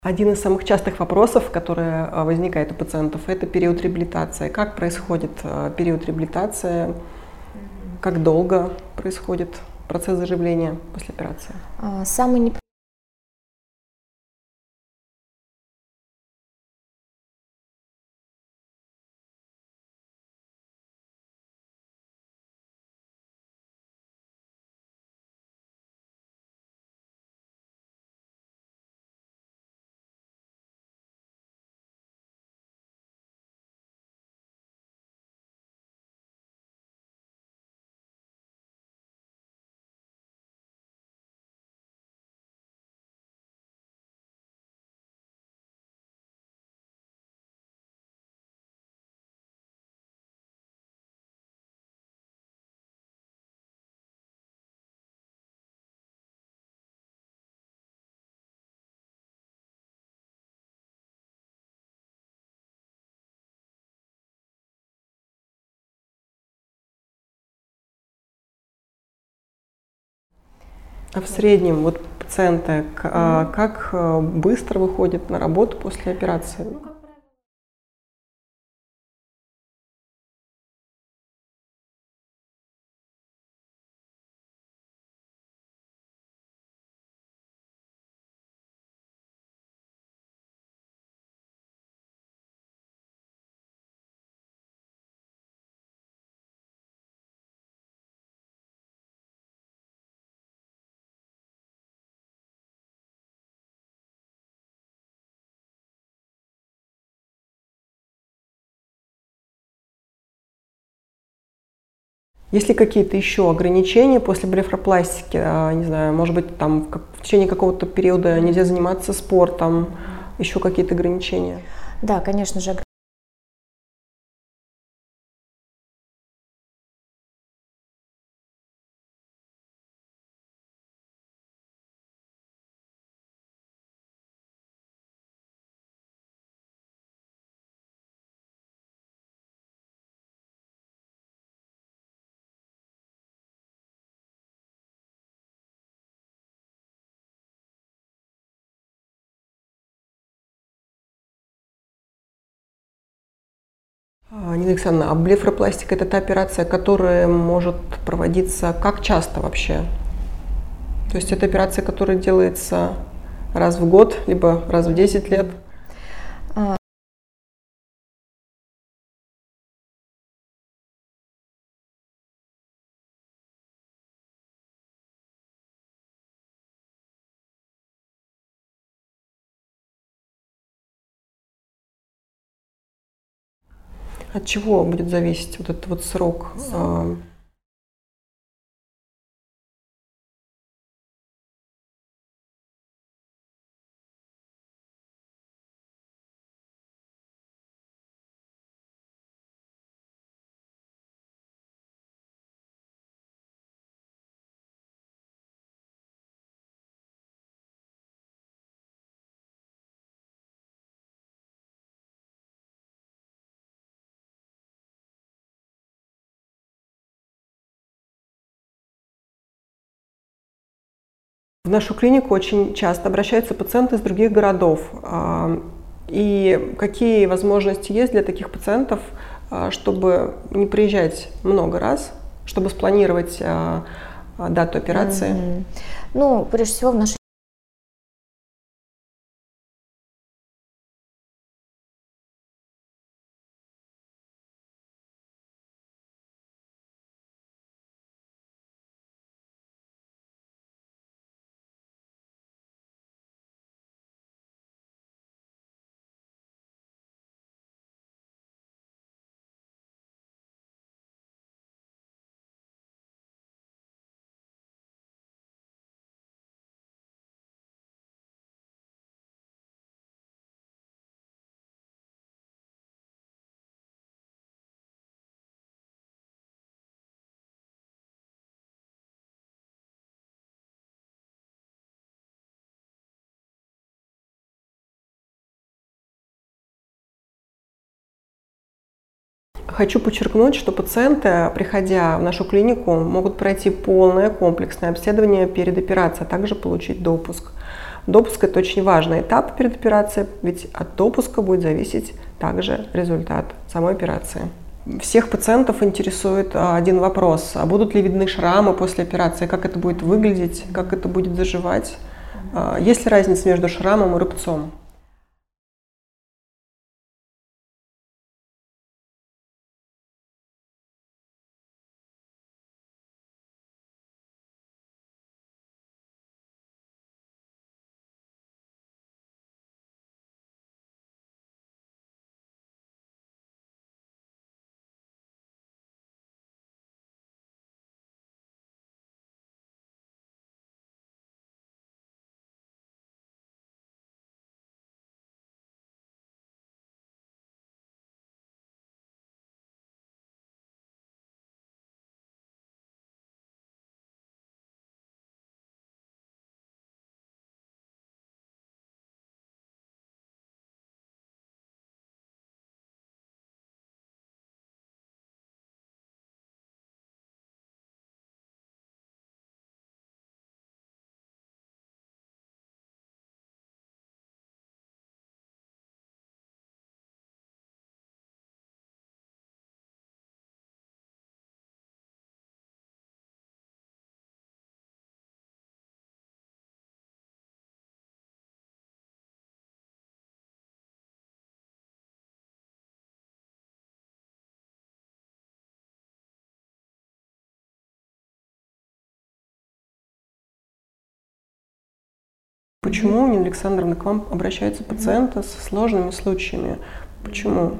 Один из самых частых вопросов, которые возникают у пациентов, это период реабилитации. Как происходит период реабилитации? Как долго происходит процесс заживления после операции? Самый А в среднем вот пациенты как быстро выходят на работу после операции? Есть ли какие-то еще ограничения после блефаропластики? Не знаю, может быть, там в течение какого-то периода нельзя заниматься спортом, еще какие-то ограничения? Да, конечно же. Нина Александровна, а блефаропластика – это та операция, которая может проводиться как часто вообще? То есть это операция, которая делается раз в год, либо раз в 10 лет? От чего будет зависеть вот этот вот срок? В нашу клинику очень часто обращаются пациенты из других городов. И какие возможности есть для таких пациентов, чтобы не приезжать много раз, чтобы спланировать дату операции? Ну, прежде всего, в нашей Хочу подчеркнуть, что пациенты, приходя в нашу клинику, могут пройти полное комплексное обследование перед операцией, а также получить допуск. Допуск – это очень важный этап перед операцией, ведь от допуска будет зависеть также результат самой операции. Всех пациентов интересует один вопрос: а будут ли видны шрамы после операции, как это будет выглядеть, как это будет заживать, есть ли разница между шрамом и рубцом? Почему, Нина Александровна, к вам обращаются пациенты со сложными случаями? Почему?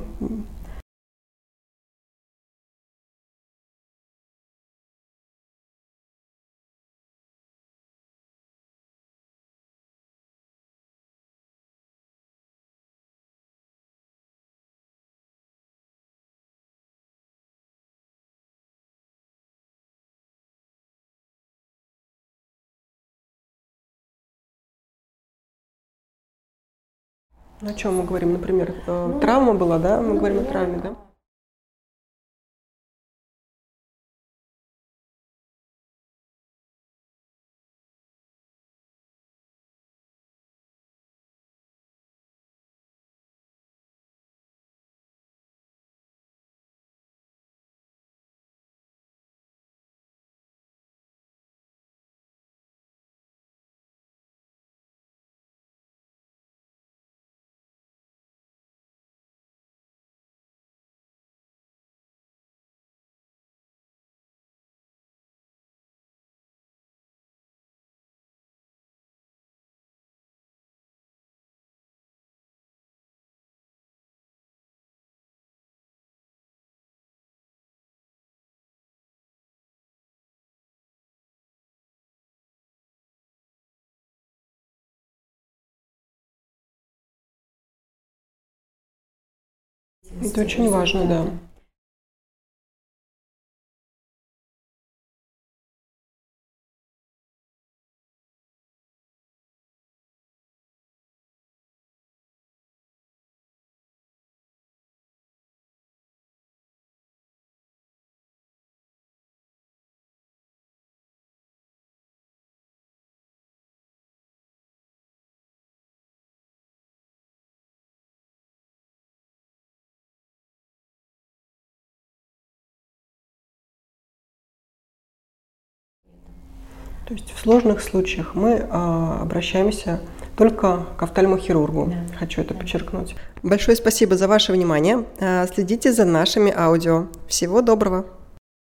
О чем мы говорим, например? Травма была, да? Мы говорим о травме, да? Это очень важно, да. То есть в сложных случаях мы обращаемся только к офтальмохирургу. Да. Хочу это подчеркнуть. Большое спасибо за ваше внимание. Следите за нашими аудио. Всего доброго!